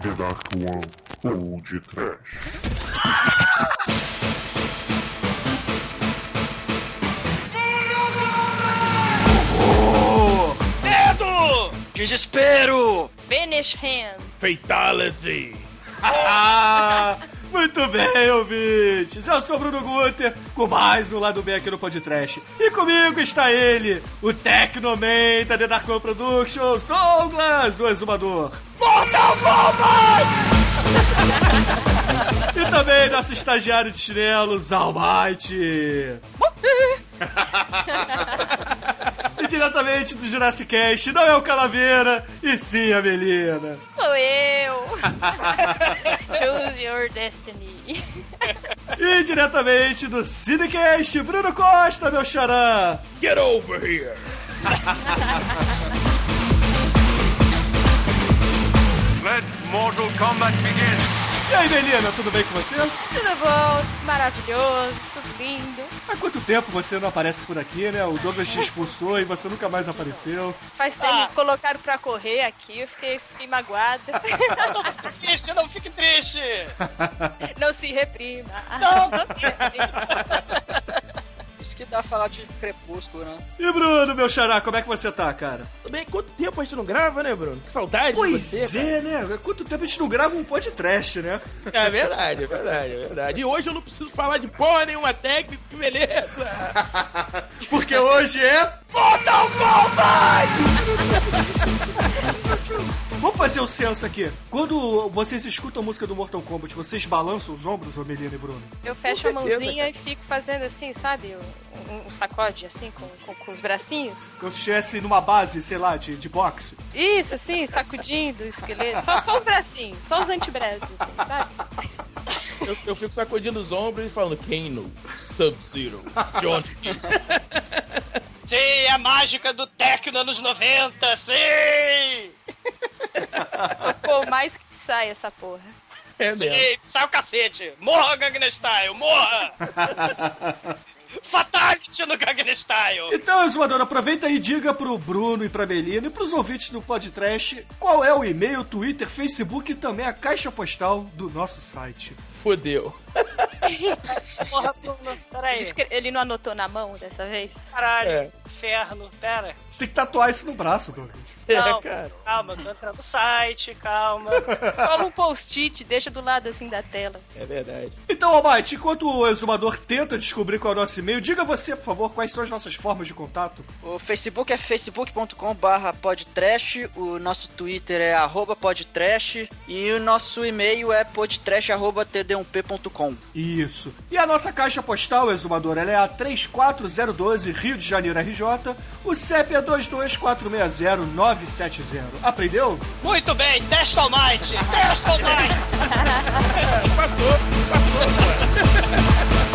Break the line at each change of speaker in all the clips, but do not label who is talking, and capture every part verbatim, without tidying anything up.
The Dark One ou de Trash.
Oh! Medo! Desespero!
Finish him!
Fatality!
Muito bem, ouvintes. Eu sou o Bruno Guter, com mais um Lado B aqui no Podcast. E comigo está ele, o Tecnoman da The Dark One Productions, Douglas, o exumador.
Mortal Kombat!
E também nosso estagiário de chinelos, Almighty. E diretamente do Jurassic Cast, não é o Calaveira, e sim a Melina.
Sou eu! Choose your destiny.
E diretamente do Cinecast, Bruno Costa, meu xará.
Get over here!
Let Mortal Kombat begin!
E aí, Melina, tudo bem com você?
Tudo bom, maravilhoso, tudo lindo.
Há quanto tempo você não aparece por aqui, né? O Douglas te expulsou e você nunca mais apareceu.
Faz tempo
Ah.
que colocaram pra correr aqui, eu fiquei, fiquei magoada.
Não fique triste, não fique triste!
Não se reprima.
Não, não se reprima. Isso que dá a falar de Crepúsculo, né?
E Bruno, meu xará, como é que você tá, cara?
Tudo bem? Quanto tempo a gente não grava, né, Bruno? Que saudade de
Pois
você,
é, né? Quanto tempo a gente não grava um podcast, né?
cara. É verdade, é verdade, é verdade. E hoje eu não preciso falar de porra nenhuma técnica, que beleza!
Porque hoje é...
Mortal Kombat!
Vamos fazer o censo aqui. Quando vocês escutam a música do Mortal Kombat, vocês balançam os ombros, ô Melina e Bruno?
Eu fecho
Com
a
certeza,
mãozinha
cara.
e fico fazendo assim, sabe? Um, um sacode assim, com, com, com os bracinhos.
Como se estivesse numa base, sei lá, de, de boxe.
Isso, assim, sacudindo o esqueleto. Só, só os bracinhos, só os antebraços, assim, sabe?
Eu, eu fico sacudindo os ombros e falando Kano, Sub-Zero, Johnny.
Sim, é a mágica do Tecno anos noventa, sim!
Pô, mais que sai essa porra.
É mesmo.
Sim, sai o cacete! Morra, Gangnam Style, morra! Fatality no Gangnam Style!
Então, exumador, aproveita aí e diga pro Bruno e pra Melina e pros ouvintes do Podcast qual é o e-mail, Twitter, Facebook e também a caixa postal do nosso site.
Fudeu.
Porra, Bruno,
Ele,
peraí.
escre- ele não anotou na mão dessa vez?
Caralho,
É.
inferno, pera.
Você tem que tatuar isso no braço, Douglas.
Calma,
É, cara.
calma, eu tô entrando no site, calma.
Cola um post-it, deixa do lado assim da tela.
É verdade.
Então, Almighty, enquanto o exumador tenta descobrir qual é o nosso e-mail, diga você, por favor, quais são as nossas formas de contato.
O Facebook é facebook ponto com barra podtrash, o nosso Twitter é arroba podtrash e o nosso e-mail é podtrash arroba t d um p ponto com.
Isso. E a nossa caixa postal, exumador, ela é a três quatro zero um dois, Rio de Janeiro, R J. O C E P é dois dois quatro seis zero nove sete zero. Aprendeu?
Muito bem, testa Almighty, testa Almighty!
Passou, passou, pô.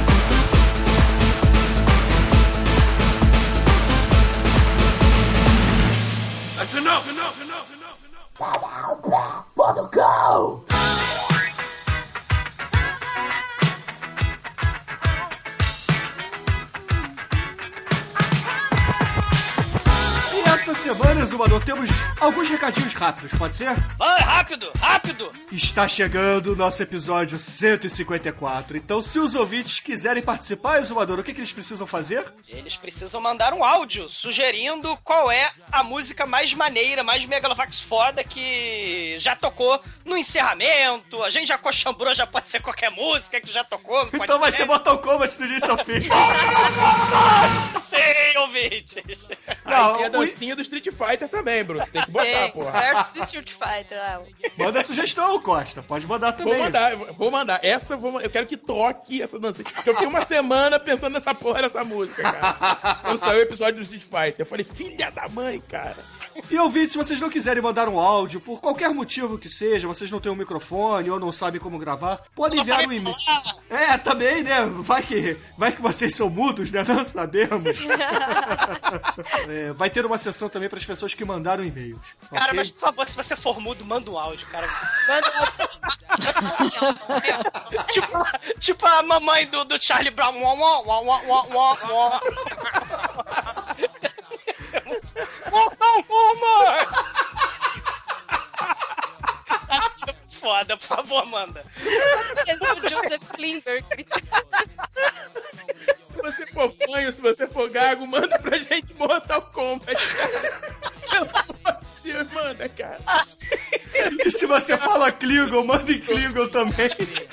That's enough, enough, enough, enough, enough!
E esta semana, exumador, temos alguns recadinhos rápidos, pode ser?
Vai, rápido, rápido!
Está chegando o nosso episódio cento e cinquenta e quatro. Então, se os ouvintes quiserem participar, exumador, o que, que eles precisam fazer?
Eles precisam mandar um áudio sugerindo qual é a música mais maneira, mais Megalovax foda que já tocou no encerramento. A gente já coxambrou, já pode ser qualquer música que já tocou. No
Então vai ser
podcast.
Mortal Kombat do início ao fim.
Sim, ouvintes!
Não,
E a
o-
dancinha do Street Fighter também, Bruno. Você tem que botar,
Tem,
porra.
versus Street Fighter lá.
Manda sugestão, Costa. Pode mandar também.
Vou mandar, eu vou mandar. Essa eu vou, eu quero que toque essa dancinha. Porque eu fiquei uma semana pensando nessa porra dessa música, cara. Quando saiu o episódio do Street Fighter, eu falei, filha da mãe, cara.
E ouvintes, se vocês não quiserem mandar um áudio, por qualquer motivo que seja, vocês não têm um microfone ou não sabem como gravar, podem
Não
enviar
sabe
um e-mail.
falar.
É, também, né? Vai que, vai que vocês são mudos, né? Não sabemos. É, vai ter uma sessão também para as pessoas que mandaram e-mails.
Cara,
ok?
mas por favor, se você for mudo, manda um áudio, cara.
Manda um áudio pra mim.
tipo, tipo a mamãe do, do Charlie Brown. Uá, uá, uá, uá, uá, uá, uá. Mortal Kombat! foda. Por favor, manda.
O Joseph Klimber.
Se você for fanho, se você for gago, manda pra gente Mortal Kombat, cara. Pelo amor de Deus, manda, cara.
E se você fala Klingon, manda em Klingon também.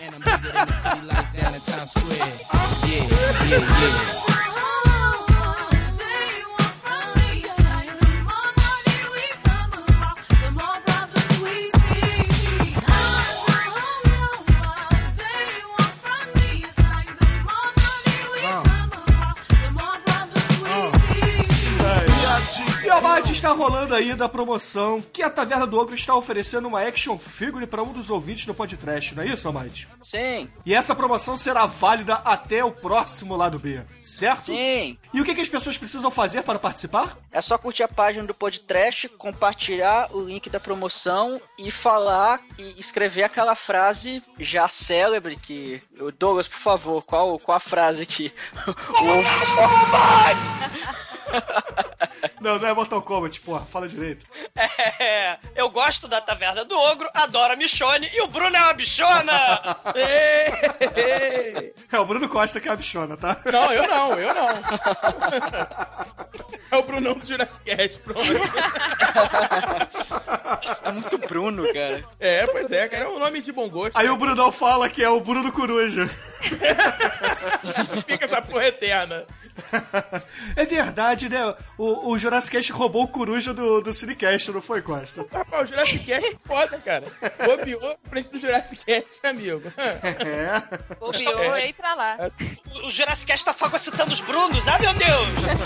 E a Mate está rolando aí da promoção que a Taverna do Ogro está oferecendo uma action figure para um dos ouvintes do podcast, não é isso, Amate?
Sim.
E essa promoção será válida até o próximo Lado B, certo?
Sim.
E o que, que as pessoas precisam fazer para participar?
É só curtir a página do Podtrash, compartilhar o link da promoção e falar e escrever aquela frase já célebre que... Douglas, por favor, qual, qual a frase aqui?
Não, não é Mortal Kombat, porra, fala direito.
É, eu gosto da Taverna do Ogro, adoro a Michonne e o Bruno é uma bichona!
É o Bruno Costa que é a bichona, tá?
Não, eu não, eu não. É o Brunão do Jurassic Cast, pronto.
É muito Bruno, cara.
É, pois é, cara, é um nome de bom gosto.
Aí o Brunão fala que é o Bruno Coruja.
Fica essa porra eterna.
É verdade, né? O, o Jurassic Cast roubou o Coruja do, do Cinecast, não foi, Costa?
Rapaz, o Jurassic Cast é foda, cara. Bobeou na frente do Jurassic Cast, amigo.
É.
Bobeou e ir pra lá.
O Jurassic Cast tá fagocitando os Brunos, ah, meu Deus!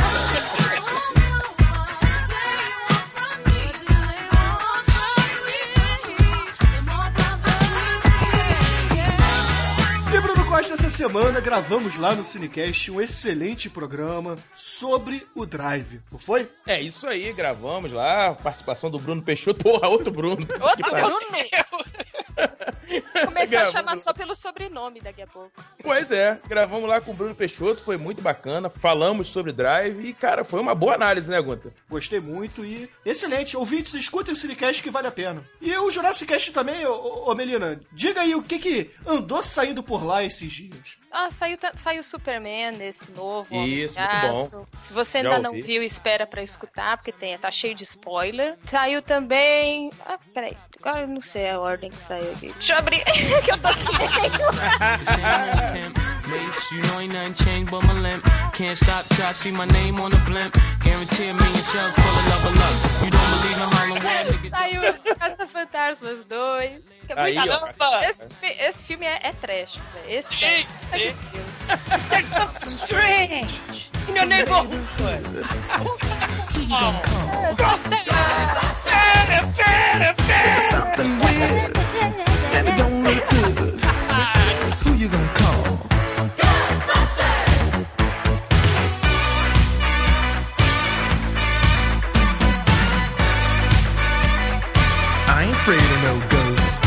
E Bruno Costa, essa semana gravamos lá no Cinecast um excelente programa sobre o Drive, não foi?
É isso aí, gravamos lá, participação do Bruno Peixoto. Porra, outro Bruno.
Outro Bruno? Começar a
Gravamos.
chamar só pelo sobrenome daqui a pouco.
Pois é, gravamos lá com o Bruno Peixoto, foi muito bacana, falamos sobre Drive e, cara, foi uma boa análise, né, Gunter?
Gostei muito e excelente. Ouvintes, escutem o Cinecast que vale a pena. E o Jurassic Cast também, ô, ô, ô Melina, diga aí o que que andou saindo por lá esses dias.
Ah, saiu, saiu Superman, esse novo.
Isso, muito
Homem-Aço.
bom.
Se você
Já
ainda não
ouvi.
viu, espera pra escutar, porque tem, tá cheio de spoiler. Saiu também... Ah, peraí. Agora eu não sei a ordem que saiu aqui. Deixa eu abrir, que eu tô aqui.
Mace, you know ain't nothing changed but my limp. Can't stop till I see my name on the blimp. Guarantee a million shells full of level up. You don't believe in Harlem World, nigga.
Saiu Caça-Fantasmas dois. Que é
Aí,
muito
ó.
bom. Esse, fi- esse filme é, é trash, velho. Esse
Sim,
é,
sim.
There's something strange
In your neighborhood! Pera, pera, pera!
Something weird, and it don't look good. Who you gonna call? I ain't afraid of no ghosts.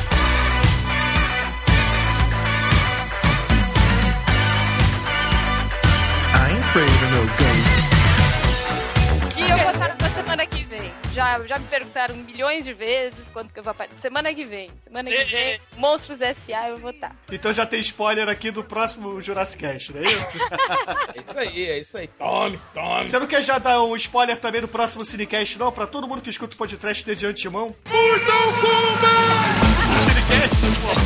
I ain't afraid of no ghosts.
E eu vou estar na semana que vem. Já, já me perguntaram milhões de vezes quando que eu vou aparecer. Semana que vem. Semana que
Sim.
vem, Monstros S A eu vou estar.
Então já tem spoiler aqui do próximo Jurassic Cast, não é isso?
É isso aí, é isso aí. Tome, tome.
Você não quer já dar um spoiler também do próximo Cinecast, não? Pra todo mundo que escuta o podcast ter de antemão? Cinecast,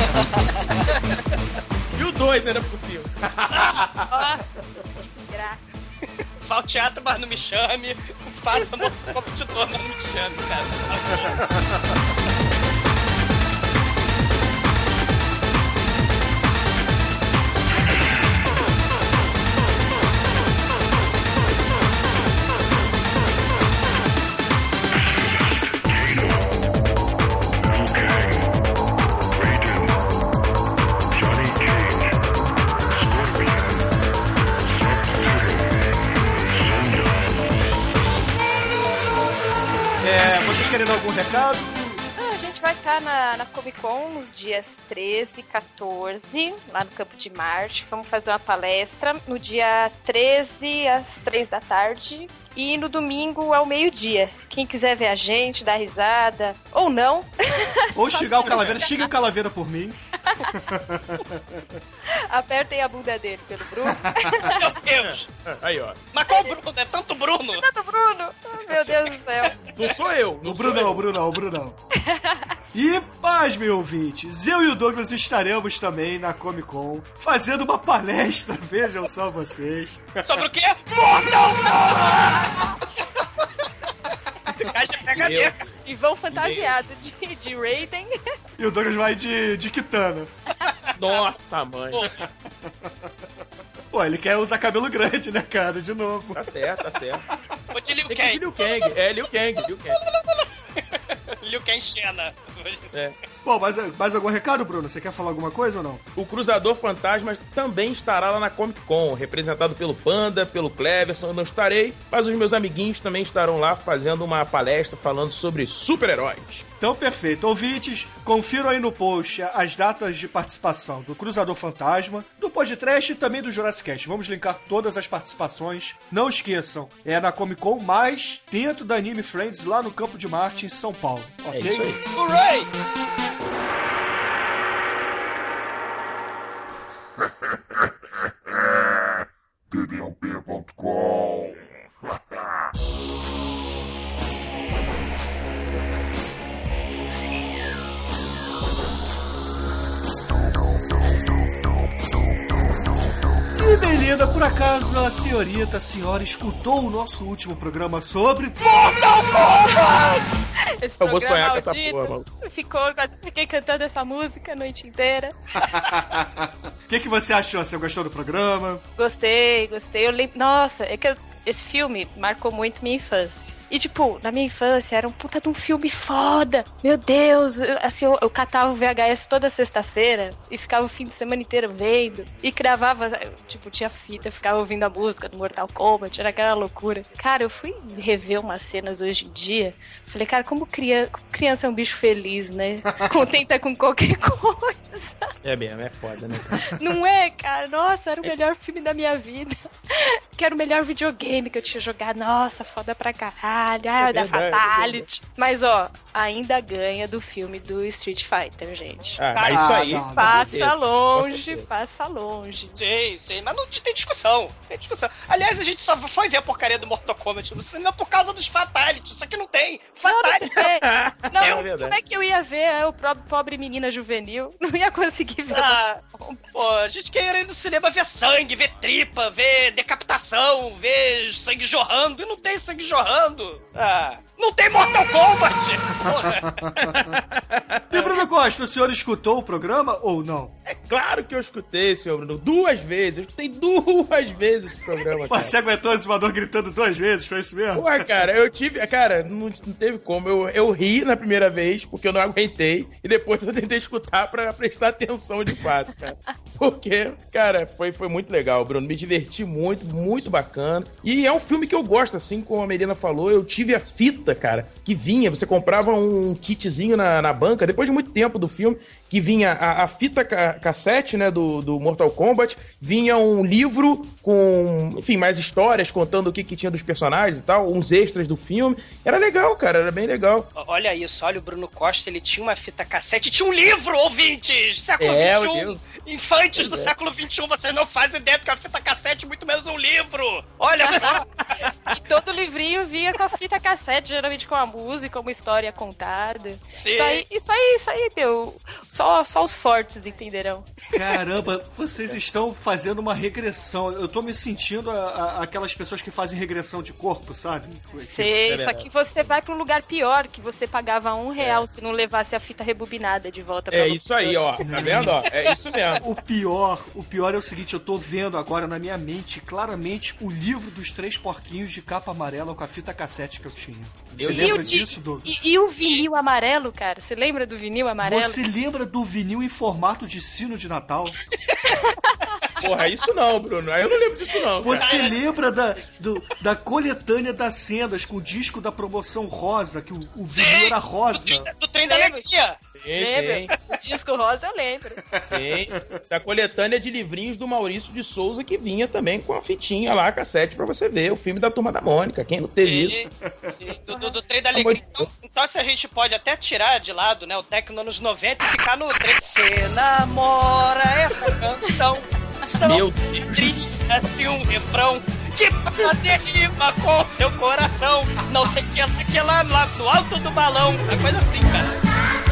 E o dois ainda por cima.
Nossa, que desgraça.
Vá ao teatro, mas não me chame. Faça no computador, mas não me chame, cara.
É, vocês querem dar algum recado?
Ah, a gente vai estar na, na Comic Con nos dias treze e quatorze, lá no Campo de Marte. Vamos fazer uma palestra no dia treze, às três da tarde. E no domingo ao meio-dia. Quem quiser ver a gente, dar risada, ou não.
Ou xingar o Calaveira, xingue o Calaveira por mim.
Apertem a bunda dele pelo Bruno.
Meu Deus!
Aí, ó.
Mas qual Bruno? É tanto Bruno!
É tanto Bruno! Oh, meu Deus do céu.
Não sou eu. Não
O Brunão, o Brunão, o Brunão. E, paz, meu ouvintes, eu e o Douglas estaremos também na Comic Con fazendo uma palestra, vejam só vocês.
Sobre o quê? Mortal Kombat! Caixa pega
Eu.
E vão fantasiado de, de Raiden.
E o Douglas vai de, de Kitana.
Nossa, mãe.
Pô, ele quer usar cabelo grande, né, cara? De novo.
Tá certo, tá certo.
Vou de Liu
Tem que ser
Kang.
Liu Kang. É, Liu Kang, Liu Kang.
Liu Kang Xena.
É.
Bom, mais, mais algum recado, Bruno? Você quer falar alguma coisa ou não?
O Cruzador Fantasma também estará lá na Comic Con, representado pelo Panda, pelo Cleverson. Eu não estarei, mas os meus amiguinhos também estarão lá fazendo uma palestra falando sobre super-heróis.
Então, perfeito. Ouvintes, confiram aí no post as datas de participação do Cruzador Fantasma, do Podtrash e também do Jurassic Cast. Vamos linkar todas as participações. Não esqueçam, é na Comic Con, mas dentro da Anime Friends, lá no Campo de Marte, em São Paulo. Ok?
É isso aí.
Hooray!
T D L P ponto com.
E bem linda, por acaso a senhorita, a senhora escutou o nosso último programa sobre...
Esse
Eu vou
programa
sonhar com essa
maldito.
porra, mano.
Ficou, quase fiquei cantando essa música a noite inteira.
O que, que você achou? Você gostou do programa?
Gostei, gostei. Eu lembro... Nossa, é que eu- esse filme marcou muito minha infância. E, tipo, na minha infância era um puta de um filme foda. Meu Deus, eu- assim, eu, eu catava o V H S toda sexta-feira e ficava o fim de semana inteiro vendo. E gravava, tipo, tinha fita, eu ficava ouvindo a música do Mortal Kombat, era aquela loucura. Cara, eu fui rever umas cenas hoje em dia. Falei, cara, como criança, como criança é um bicho feliz, né? Se contenta com qualquer coisa.
É mesmo, é foda, né?
Não é, cara? Nossa, era o melhor filme da minha vida. Que era o melhor videogame que eu tinha jogado. Nossa, foda pra caralho. Ah,
É
da
verdade,
Fatality. Mas, ó, ainda ganha do filme do Street Fighter, gente.
Ah, mas isso aí.
Ah, não, não.
Passa
certeza, com
longe,
certeza.
passa longe.
Sei, sei, mas não tem discussão. Tem discussão. Aliás, a gente só foi ver a porcaria do Mortal Kombat no cinema por causa dos Fatalities. Só que não tem.
Não, não
Fatality.
tem. Não,
É
como
verdade.
é que eu ia ver é, o pro- pobre menina juvenil? Não ia conseguir ver.
Ah, pô, a gente quer ir no cinema ver sangue, ver tripa, ver decapitação, ver sangue jorrando. E não tem sangue jorrando. Ah, não tem Mortal Kombat. Porra.
E Bruno Costa, o senhor escutou o programa ou não?
É claro que eu escutei, senhor Bruno. Duas vezes. Eu escutei duas vezes esse programa,
Pô,
cara.
você aguentou esse voador gritando duas vezes? Foi isso mesmo?
Porra, cara, eu tive... Cara, não, não teve como. Eu, eu ri na primeira vez, porque eu não aguentei. E depois eu tentei escutar pra prestar atenção de fato, cara. Porque, cara, foi, foi muito legal, Bruno. Me diverti muito, muito bacana. E é um filme que eu gosto, assim como a Melina falou. Eu tive a fita, cara, que vinha. Você comprava um kitzinho na, na banca, depois de muito tempo do filme, que vinha a, a fita ca, cassete, né, do, do Mortal Kombat. Vinha um livro com, enfim, mais histórias, contando o que, que tinha dos personagens e tal. Uns extras do filme. Era legal, cara, era bem legal.
Olha isso, olha o Bruno Costa, ele tinha uma fita cassete, tinha um livro, ouvintes! Século
É,
vinte e
meu
um,
Deus.
infantes do século vinte e um, vocês não fazem ideia do que é uma fita cassete, muito menos um livro! Olha só!
E todo livrinho vinha com a fita cassete, geralmente com a música, uma história contada.
Sim.
Isso aí, isso aí, isso aí, meu. Só, só os fortes entenderão.
Caramba, vocês estão fazendo uma regressão. Eu tô me sentindo a- a- aquelas pessoas que fazem regressão de corpo, sabe?
Sei,
É
só
verdade.
que você vai pra um lugar pior, que você pagava um real se não levasse a fita rebobinada de volta pra
É
você.
isso aí, ó. Tá vendo, ó? É isso mesmo.
O pior, o pior é o seguinte, eu tô vendo agora na minha mente claramente o livro dos três porquinhos de capa amarela com a fita cassete que eu tinha.
Eu
Você
E
lembra
o, de-
disso, Douglas?
e, e o vinil amarelo, cara? Você lembra do vinil amarelo?
Você lembra do vinil em formato de sino de Natal?
Porra, isso não, Bruno. Aí eu não lembro disso, não.
Você
cara.
lembra da, do, da coletânea das cenas com o disco da promoção rosa, que o, o vinil era rosa?
Do, do trem da alegria.
Sim,
Lembra? O disco rosa eu lembro.
Sim. Da coletânea de livrinhos do Maurício de Souza, que vinha também com a fitinha lá, a cassete, pra você ver. O filme da Turma da Mônica. Quem não teve
Sim,
isso?
sim. Do, do, do trem da alegria. Então, então, se a gente pode até tirar de lado, né, o Tecno anos noventa e ficar no trem. Você namora essa canção. São
Meu Deus.
tristes de um refrão que pra fazer rima com seu coração. Não sei o que, que lá, lá no alto do balão. Uma coisa assim, cara.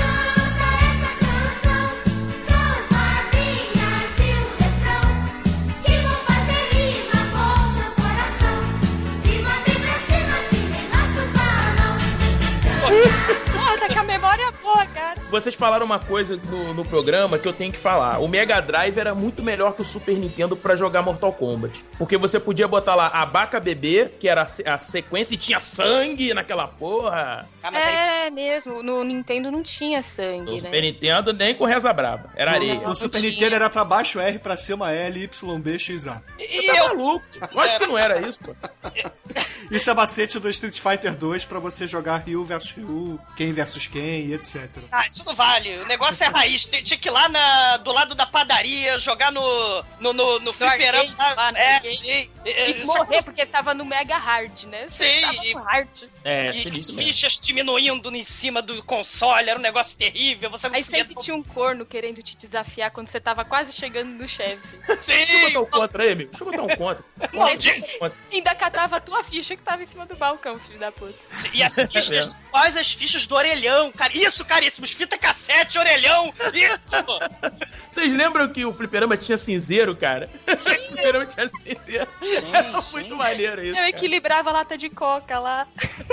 Porra, tá com a memória boa, cara.
Vocês falaram uma coisa no, no programa que eu tenho que falar. O Mega Drive era muito melhor que o Super Nintendo pra jogar Mortal Kombat. Porque você podia botar lá Abaca Bebê, que era a, se- a sequência, e tinha sangue naquela porra.
Ah, mas aí,
É mesmo, no Nintendo não tinha sangue,
No
né?
Super Nintendo, nem com reza braba. Era areia.
No Super
tinha.
Nintendo era pra baixo R, pra cima L, Y, B, X, A.
e
Tá
eu,
maluco? Lógico que não era isso, pô.
Isso é macete do Street Fighter dois pra você jogar Ryu versus Ryu, quem versus quem e etcétera.
Ah, isso não vale. O negócio é raiz. Tinha tinha que ir lá na, do lado da padaria, jogar no, no, no, no fliperama.
arcade, lá no
É,
arcade.
sim.
E
Só
morrer
que-
porque tava no Mega Hard, né? Você
Sim,
tava
e-
no Hard.
É,
E as
sinistro mesmo.
fichas diminuindo em cima do console, era um negócio terrível. Você não
Aí
conseguia-
sempre tinha um corno querendo te desafiar quando você tava quase chegando no chefe.
Deixa eu
Sim,
botar um contra aí, amigo. Deixa eu botar um contra.
maldito.
Contra.
Ainda catava a tua ficha que tava em cima do balcão, filho da puta.
E as fichas, quase as fichas do orelhão, cara. Isso, caríssimos, fita cassete, orelhão, isso.
Vocês lembram que o fliperama tinha cinzeiro, cara? O fliperama tinha cinzeiro. Era
sim.
muito maneiro isso,
Eu
cara.
equilibrava a lata de coca lá.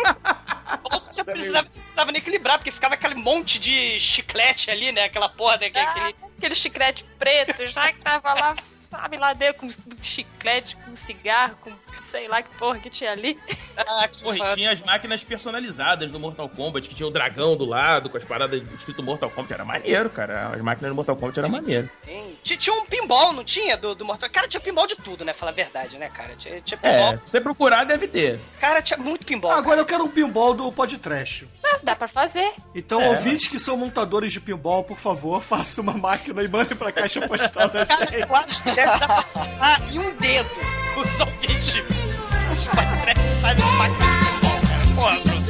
Ou você precisava, precisava nem equilibrar, porque ficava aquele monte de chiclete ali, né? Aquela porra daquele...
Ah, aquele chiclete preto, já que tava lá, sabe, lá dentro, com chiclete, com cigarro, com sei lá que porra que tinha ali.
Ah, que
Porra, e
foda.
tinha as máquinas personalizadas do Mortal Kombat, que tinha o dragão do lado, com as paradas escrito Mortal Kombat. Era maneiro, cara. As máquinas do Mortal Kombat eram maneiro.
Sim. Tinha, tinha um pinball, não tinha? Do, do Mortal Cara, tinha pinball de tudo, né? Falar a verdade, né, cara? Tinha, tinha pinball.
É, se você procurar, deve ter.
Cara, tinha muito pinball.
Agora eu quero um pinball do podcast.
Ah, dá pra fazer.
Então,
É,
ouvintes que são montadores de pinball, por favor, façam uma máquina e mandem pra caixa postal da
Cara,
gente.
eu acho que deve dar pra ah, e um dedo. Os ouvintes. Os podcasts fazem máquina de pinball, cara. Porra, Bruno.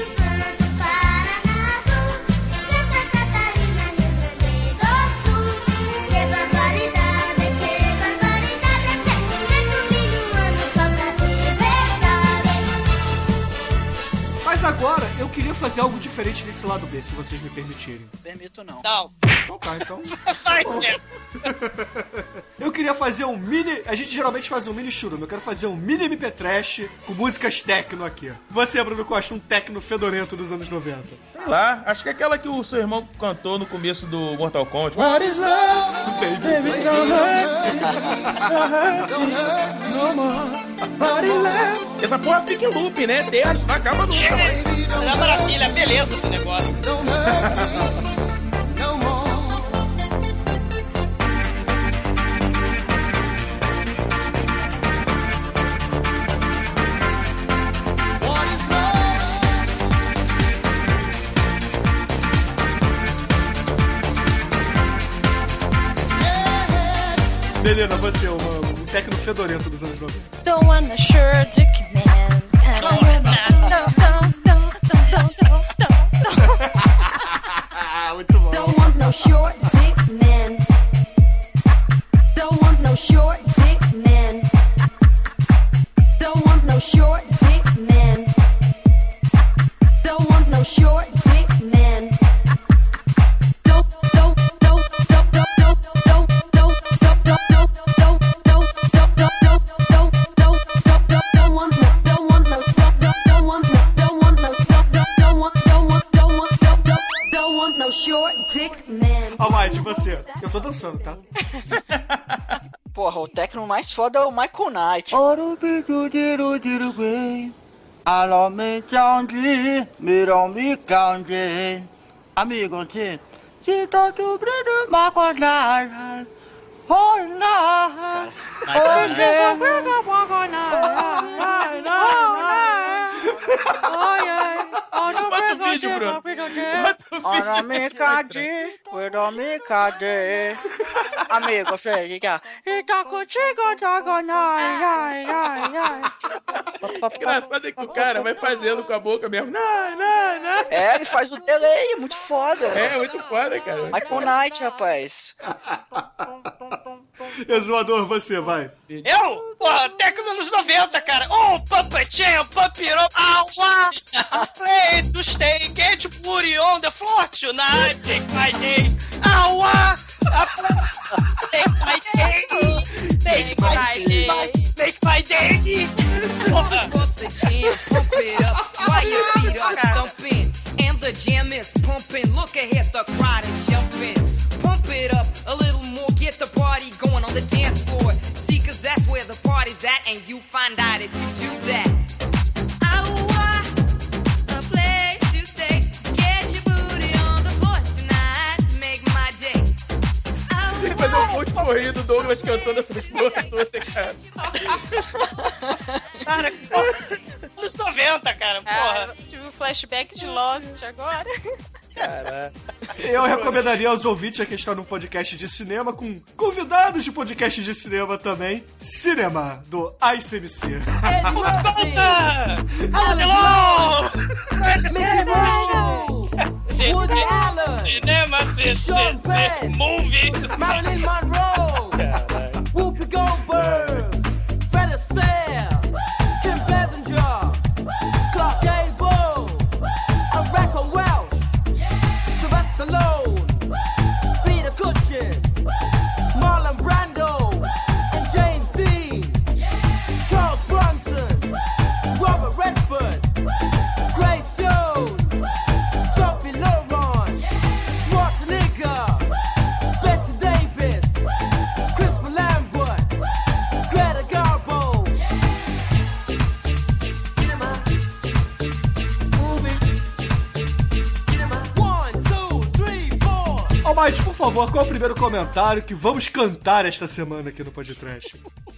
Mas agora, eu queria fazer algo diferente nesse lado B, se vocês me permitirem.
Permito não.
Não.
Então tá, então.
Vai, velho.
Eu queria fazer um mini... A gente geralmente faz um mini churume. Eu quero fazer um mini M P Trash com músicas techno aqui. Você, Bruno Costa, um techno fedorento dos anos noventa.
Sei lá, acho que é aquela que o seu irmão cantou no começo do Mortal Kombat.
What is love?
Baby.
Baby, don't hurt me, don't hurt me no more. What is love? Essa porra fica em loop, né? Deus, não acaba nunca.
É a maravilha, a beleza do negócio.
Don't hurt me no more. What is love?
Menina, você, um, um techno fedorento dos anos noventa.
Don't wanna sure dick man. Don't wanna, don't, don't, don't, don't, don't, don't, don't.
Ah, muito bom.
Don't want no short dick man. Don't want no short dick man. Don't want no short dick man. Don't want no short dick man. Don't don't don't don't don't don't don't don't don't don't don't don't don't don't want no don't want no don't want no don't want no don't want don't want don't want don't want no short dick man.
Almighty, você. Eu tô dançando, tá?
Porra, o techno mais foda é o Michael Knight.
Amigo, se se tô subindo uma coisa,
Cara,
Bota o vídeo, Bruno. Bota o
Ora,
vídeo.
me cadê? Cuida, me cadê? Amigo, fica. Fica contigo, ai, ai, ai, ai.
Engraçado é que o cara vai fazendo com a boca mesmo. Não, não, não.
É, ele faz o delay, é muito foda.
É, muito foda, cara.
Michael Knight, rapaz.
Exumador, você, vai.
Eu? Porra, técnico nos noventa, cara. Oh, Puppeteer, Puppiro, Aua, Play to stay, get booty on the floor tonight, take my day, Aua, take my day, take my day, take my day. Porra.
Puppeteer, pump it up, while your feet are stumping, and the jam is pumping. Look ahead, the crowd is jumping. Pump it up a little more, get the party going on the dance floor. See, cause that's where the party's at, and you find out if you do that. Aua, a place to stay. Get your booty on the floor tonight, make my day.
Tem que fazer um post corrido, Douglas cantando essas porra toda, cara.
Cara, anos noventa, cara,
Ah,
porra.
tive um flashback de Lost agora.
Caraca.
Eu recomendaria aos ouvintes que estão no podcast de cinema, com convidados de podcast de cinema também, Cinema, do I C M C.
Banda! Alô! Cinema! Cinema! Movie!
Marilyn Monroe, Whoopi Goldberg, Fred Astaire, Kim Basinger, Clark Gable, Rebecca Welch, Sylvester Stallone, Peter Cushing, Marlon Brando, and James Dean, Charles Bronson, Robert Redford, Grace Jones, Sophie Loren, Schwarzenegger, Betsy Davis, Chris Lambert, Greta Garbo. One, two, three, four.
Almighty, por favor, qual é o primeiro comentário que vamos cantar esta semana aqui no podcast?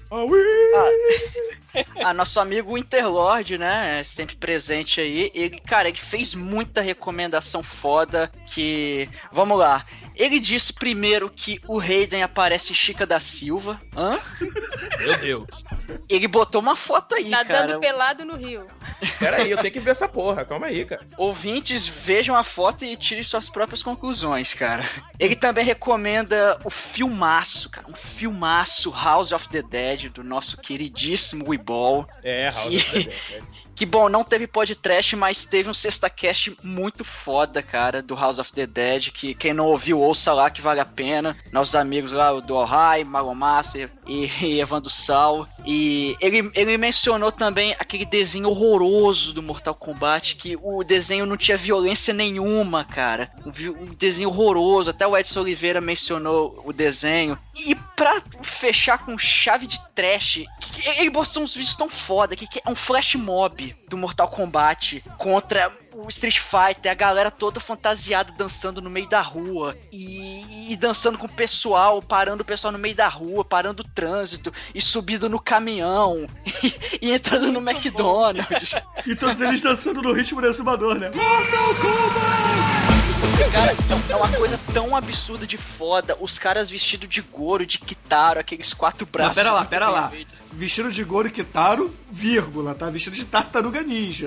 Ah, nosso amigo Interlord, né, é sempre presente aí, ele, cara, ele fez muita recomendação foda que... Vamos lá. Ele disse primeiro que o Hayden aparece Chica da Silva. Hã?
Meu Deus.
Ele botou uma foto aí,
Nadando
cara.
pelado no rio.
Pera aí, eu tenho que ver essa porra. Calma aí, cara.
Ouvintes, vejam a foto e tirem suas próprias conclusões, cara. Ele também recomenda o filmaço, cara. Um filmaço House of the Dead, do nosso queridíssimo Weeball.
É, House
que,
of the Dead.
que bom, não teve podcast, mas teve um sexta-cast muito foda, cara, do House of the Dead, que quem não ouviu, ouça lá, que vale a pena. Nossos amigos lá, o do Ohai, Marlon Master e, e Evandro Sal. E ele, ele mencionou também aquele desenho horroroso do Mortal Kombat, que o desenho não tinha violência nenhuma, cara. Um, vi- um desenho horroroso, até o Edson Oliveira mencionou o desenho. E pra fechar com chave de trash, que- ele postou uns vídeos tão foda, que, que é um flash mob do Mortal Kombat contra o Street Fighter, a galera toda fantasiada dançando no meio da rua e, e dançando com o pessoal, parando o pessoal no meio da rua, parando o trânsito e subindo no caminhão e, e entrando no McDonald's.
E todos eles dançando no ritmo do Exumador, né? Mortal Kombat!
Cara, é uma coisa tão absurda de foda. Os caras vestidos de Goro, de Kitaro, aqueles quatro braços.
Não, pera lá,
muito
pera
bem
lá.
feitos.
Vestido de Goro Kitaro, vírgula, tá? Vestido de Tartaruga Ninja.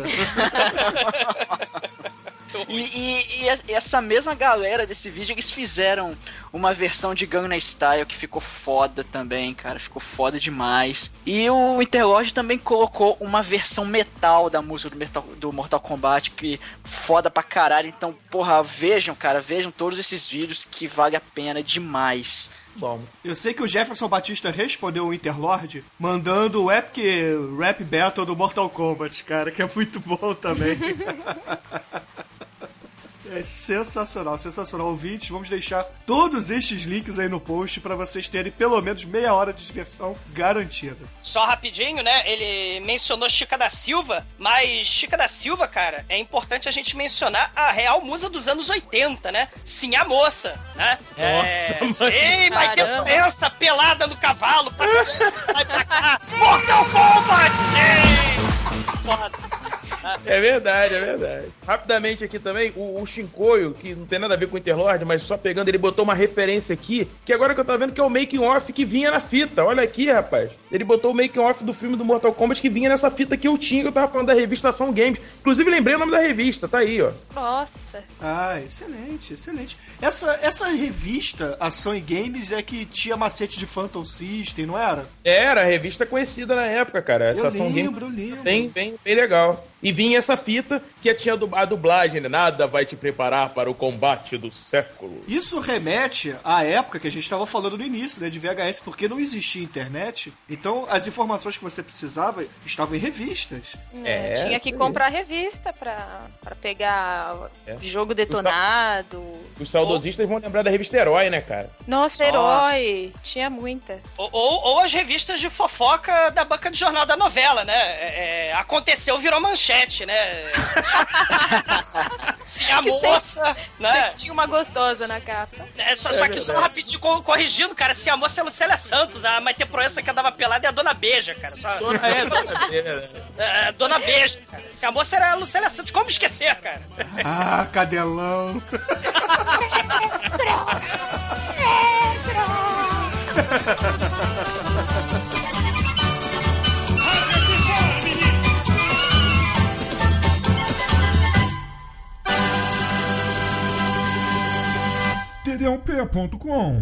E, e- e es- essa mesma galera desse vídeo, eles fizeram uma versão de Gangnam Style que ficou foda também, cara. Ficou foda demais. E o Interlord também colocou uma versão metal da música do, metal, do Mortal Kombat, que foda pra caralho. Então, porra, vejam, cara, vejam todos esses vídeos que vale a pena demais.
Bom.
Eu sei que o Jefferson Batista respondeu o Interlord mandando o Epic Rap Battle do Mortal Kombat, cara, que é muito bom também. É sensacional, sensacional. Ouvintes, vamos deixar todos estes links aí no post pra vocês terem pelo menos meia hora de diversão garantida.
Só rapidinho, né? Ele mencionou Chica da Silva, mas Chica da Silva, cara, é importante a gente mencionar a real musa dos anos oitenta, né? Sim, a moça, né?
Nossa,
é... Sim, vai ter
Caramba.
doença pelada no cavalo, passeando, vai pra cá. Mortal Kombat! Sim! Foda.
É verdade, é verdade. Rapidamente aqui também, o, o Shinkoio, que não tem nada a ver com o Interlord, mas só pegando, ele botou uma referência aqui, que agora que eu tô vendo que é o making off que vinha na fita. Olha aqui, rapaz. Ele botou o making off do filme do Mortal Kombat que vinha nessa fita que eu tinha, que eu tava falando da revista Ação Games. Inclusive, lembrei o nome da revista, tá aí, ó.
Nossa.
Ah, excelente, excelente. Essa, essa revista, Ação e Games, é que tinha macete de Phantom System, não era?
Era, a revista conhecida na época, cara. Essa
Eu
Ação
lembro,
Games
eu lembro.
bem, bem, bem legal. E vinha essa fita que tinha a du- a dublagem, né? Nada vai te preparar para o combate do século.
Isso remete à época que a gente estava falando no início, né, de V H S, porque não existia internet, então as informações que você precisava estavam em revistas.
É,
Tinha que
isso aí.
comprar revista pra, pra pegar
É.
jogo detonado.
Os saudosistas vão lembrar da revista Herói, né, cara?
Nossa, herói. Tinha muita.
Ou, ou, ou as revistas de fofoca da banca de jornal da novela, né? É, é, aconteceu, virou manchete, né? Se a
Que
moça, né?
Sempre tinha uma gostosa na capa.
É, só, só que só rapidinho co- corrigindo, cara, se a moça é a Lucélia Santos, a Maite Proença que andava pelada é a Dona Beija, cara. Só,
Dona, é, dona Beira.
é, Dona Beija, cara. Se a moça era a Lucélia Santos, como esquecer, cara?
Ah, cadelão.
T D um P ponto com.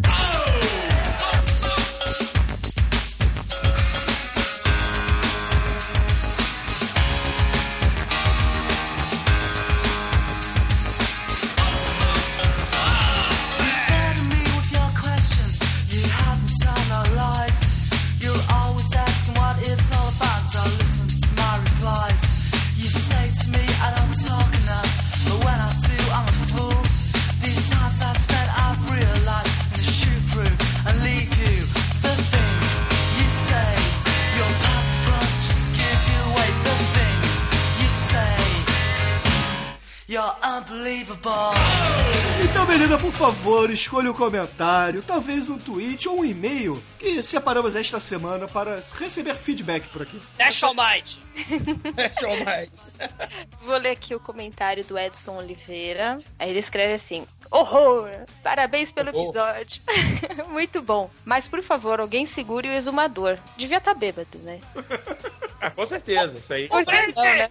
Então, menina, por favor, escolha um comentário, talvez um tweet ou um e-mail que separamos esta semana para receber feedback por aqui.
Dash All Might.
Show mais.
Vou ler aqui o comentário do Edson Oliveira. Aí ele escreve assim: horror! Parabéns pelo
Horror.
episódio. Muito bom. Mas, por favor, alguém segure o exumador. Devia estar bêbado, né?
Ah, com certeza, isso aí.
Por que não, né?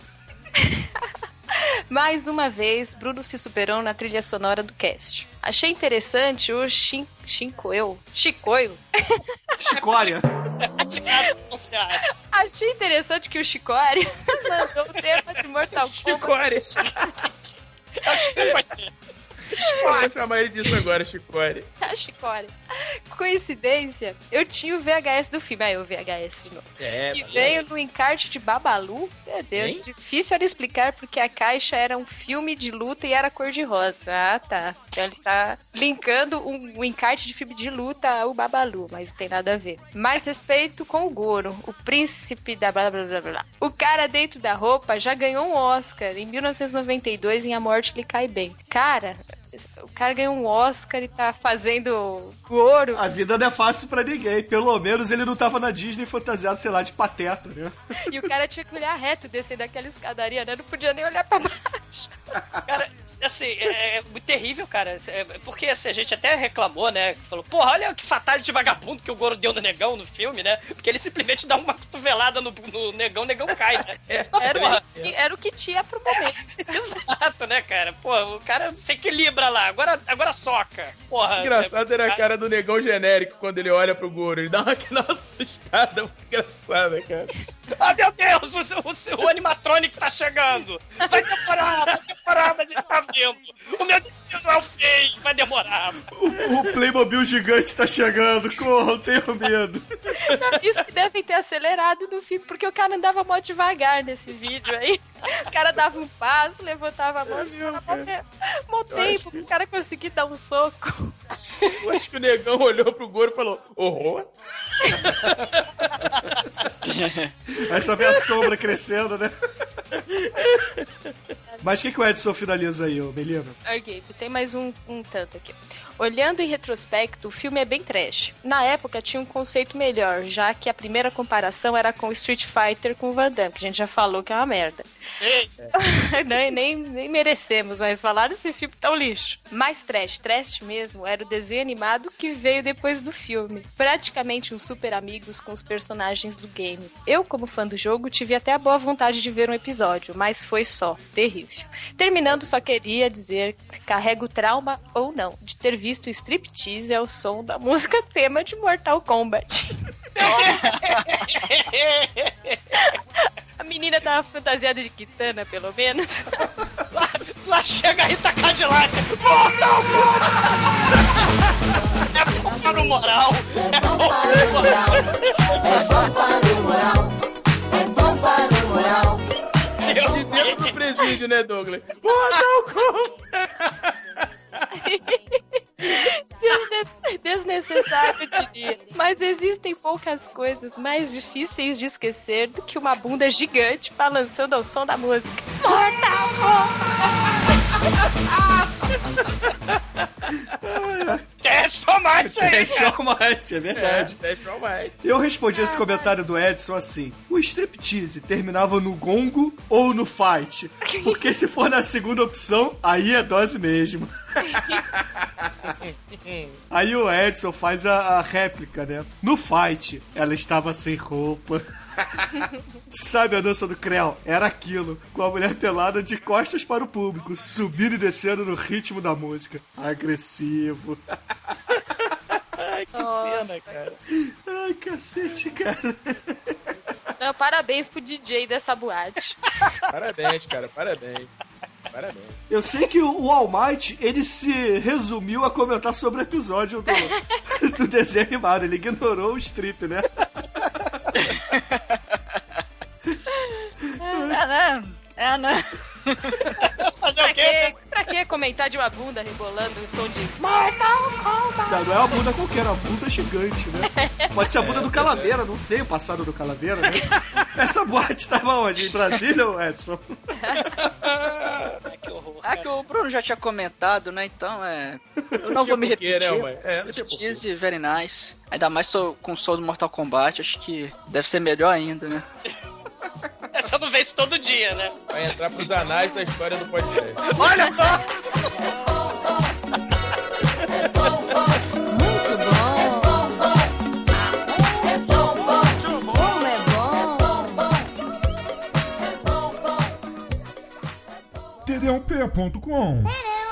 Mais uma vez, Bruno se superou na trilha sonora do cast. Achei interessante o Shin... Shinkoio. Chicoio.
Chicória.
Achei interessante que o Chicória mandou o tema de Mortal Kombat.
Chicória.
Acho que pode ser.
Eu vou chamar ele disso agora, Chicória.
A Chicória. Coincidência, eu tinha o V H S do filme. Aí o V H S de novo.
É,
E
tá
veio no encarte de Babalu. Meu Deus,
Hein?
difícil era explicar porque a caixa era um filme de luta e era cor-de-rosa. Ah, tá. Então ele tá linkando um, um encarte de filme de luta ao Babalu, mas não tem nada a ver. Mais respeito com o Goro, o príncipe da blá blá blá blá. O cara dentro da roupa já ganhou um Oscar em mil novecentos e noventa e dois em A Morte Lhe Cai Bem. Cara, o cara ganhou um Oscar e tá fazendo Goro.
A vida não é fácil pra ninguém. Pelo menos ele não tava na Disney fantasiado, sei lá, de pateta, né?
E o cara tinha que olhar reto descer daquela escadaria, né? Não podia nem olhar pra baixo.
Cara, assim, é, é muito terrível, cara. É, porque assim, a gente até reclamou, né? Falou, porra, olha que fatality de vagabundo que o Goro deu no negão no filme, né? Porque ele simplesmente dá uma cotovelada no, no negão, o negão cai, né?
Era o, que, era o que tinha pro momento.
Exato, né, cara? Pô, o cara se equilibra lá, agora, agora soca. Porra.
Engraçado era a cara do negão genérico quando ele olha pro Goro. Ele dá uma, aquela assustada muito engraçada, cara.
Ah, meu Deus, o, o, o animatronic tá chegando. Vai demorar, vai demorar, mas ele tá destino. O meu destino é o fim, vai demorar.
O, o Playmobil gigante tá chegando, corram, tenho medo.
Não, isso que devem ter acelerado no filme, porque o cara andava mó devagar nesse vídeo aí. O cara dava um passo, levantava a mão, é, mó tempo pro cara conseguir dar um soco.
Eu acho que o negão olhou pro Goro e falou, horror?
Aí só vê a sombra crescendo, né? Mas o que, que o Edson finaliza aí, ô Melina?
Ok, tem mais um, um tanto aqui. Olhando em retrospecto, o filme é bem trash. Na época tinha um conceito melhor, já que a primeira comparação era com Street Fighter com o Van Damme, que a gente já falou que é uma merda. É. nem, nem, nem merecemos, mas falaram esse filme tá um lixo. Mais trash, trash mesmo, era o desenho animado que veio depois do filme. Praticamente um super amigos com os personagens do game. Eu, como fã do jogo, tive até a boa vontade de ver um episódio, mas foi só terrível. Terminando, só queria dizer que carrego trauma ou não de ter visto striptease ao som da música tema de Mortal Kombat. A menina tava fantasiada de Kitana, pelo menos.
Lá, lá chega a Rita Cadillac. Mortal Kombat! É bom para o moral.
É bom para o moral. É bom para o moral. É bom para o moral.
De dentro do presídio, né, Douglas? Mortal Kombat!
Desnecessário, eu diria. Mas existem poucas coisas mais difíceis de esquecer do que uma bunda gigante balançando ao som da música. Mortal
Kombat! Teste tomate aí,
Teste tomate, é verdade.
É, teste tomate.
Eu respondi esse comentário do Edson assim: o striptease terminava no gongo ou no fight? Porque se for na segunda opção, aí é dose mesmo. Aí o Edson faz a, a réplica, né? No fight, ela estava sem roupa. Sabe a dança do Creu? Era aquilo, com a mulher pelada de costas para o público, subindo e descendo no ritmo da música. Agressivo.
Ai, que cena, cara.
Ai, cacete, cara.
Não, parabéns pro D J dessa boate.
Parabéns, cara, parabéns. Parabéns.
Eu sei que o All Might, ele se resumiu a comentar sobre o episódio do, do desenho animado. Ele ignorou o strip, né?
É, né? É, né?
Fazer
Pra
o quê?
que, pra que comentar de uma bunda rebolando o som de Mortal Kombat?
Não, não é uma bunda qualquer, é uma bunda gigante, né? Pode ser a bunda do Calaveira, não sei o passado do Calaveira, né? Essa boate tava onde? Em Brasília ou Edson?
Ai, que horror.
Ah, que o Bruno já tinha comentado, né? Então é. Eu não vou me
Tipo o quê,
repetir.
né, mãe? É, não tinha
Striptease, very nice. Ainda mais sou, com o som do Mortal Kombat, acho que deve ser melhor ainda, né?
Essa não vê isso todo dia, né?
Vai entrar pros anais da história do podcast.
Olha só!
Muito bom. É bom, bom, como é bom.
T D um P ponto com.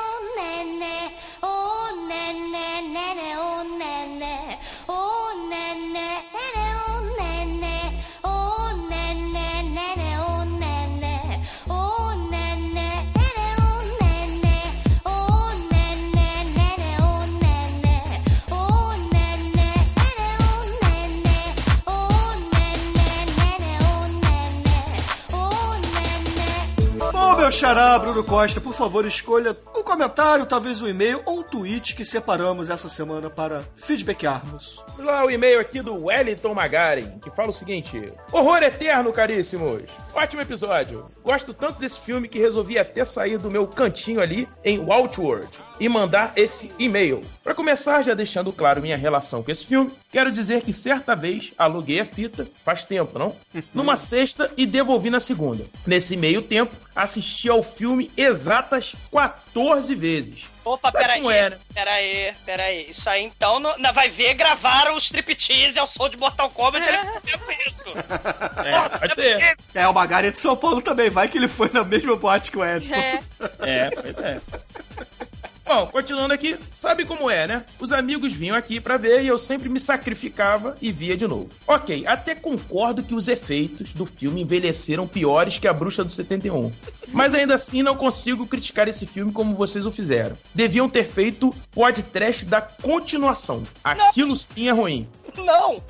Meu xará, Bruno Costa, por favor, escolha um comentário, talvez um e-mail ou um tweet que separamos essa semana para feedbackarmos.
Vamos lá, o e-mail aqui do Wellington Magaren, que fala o seguinte: horror eterno, caríssimos! Ótimo episódio! Gosto tanto desse filme que resolvi até sair do meu cantinho ali em Waltworld e mandar esse e-mail. Para começar, já deixando claro minha relação com esse filme, quero dizer que certa vez aluguei a fita, faz tempo, não? Numa sexta e devolvi na segunda. Nesse meio tempo, assisti ao filme exatas quatorze vezes.
Opa,
Sabe
peraí,
como é, né?
peraí, peraí. Isso aí, então, não, não, vai ver, gravaram o striptease ao som de Mortal Kombat, ele fez isso.
É, pode ser.
É, o Magari é de São Paulo também, vai que ele foi na mesma boate que o Edson.
É.
É, pois é. Bom, continuando aqui, sabe como é, né? Os amigos vinham aqui pra ver e eu sempre me sacrificava e via de novo. Ok, até concordo que os efeitos do filme envelheceram piores que A Bruxa do setenta e um. Mas ainda assim não consigo criticar esse filme como vocês o fizeram. Deviam ter feito podcast da continuação. Aquilo sim é ruim.
Não!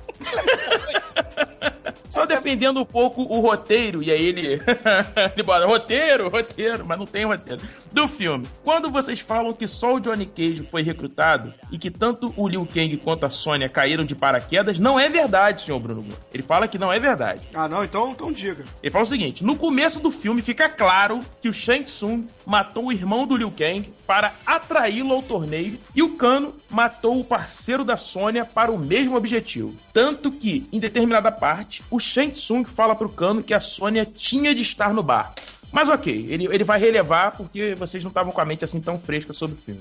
Só defendendo um pouco o roteiro, e aí ele... ele bota, roteiro, roteiro, mas não tem roteiro. Do filme. Quando vocês falam que só o Johnny Cage foi recrutado e que tanto o Liu Kang quanto a Sônia caíram de paraquedas, não é verdade, senhor Bruno. Ele fala que não é verdade.
Ah, não? Então, então diga.
Ele fala o seguinte, no começo do filme fica claro que o Shang Tsung matou o irmão do Liu Kang para atraí-lo ao torneio e o Kano matou o parceiro da Sônia para o mesmo objetivo. Tanto que, em determinada parte, o Shang Tsung fala pro Kano que a Sônia tinha de estar no bar. Mas ok, ele, ele vai relevar porque vocês não estavam com a mente assim tão fresca sobre o filme.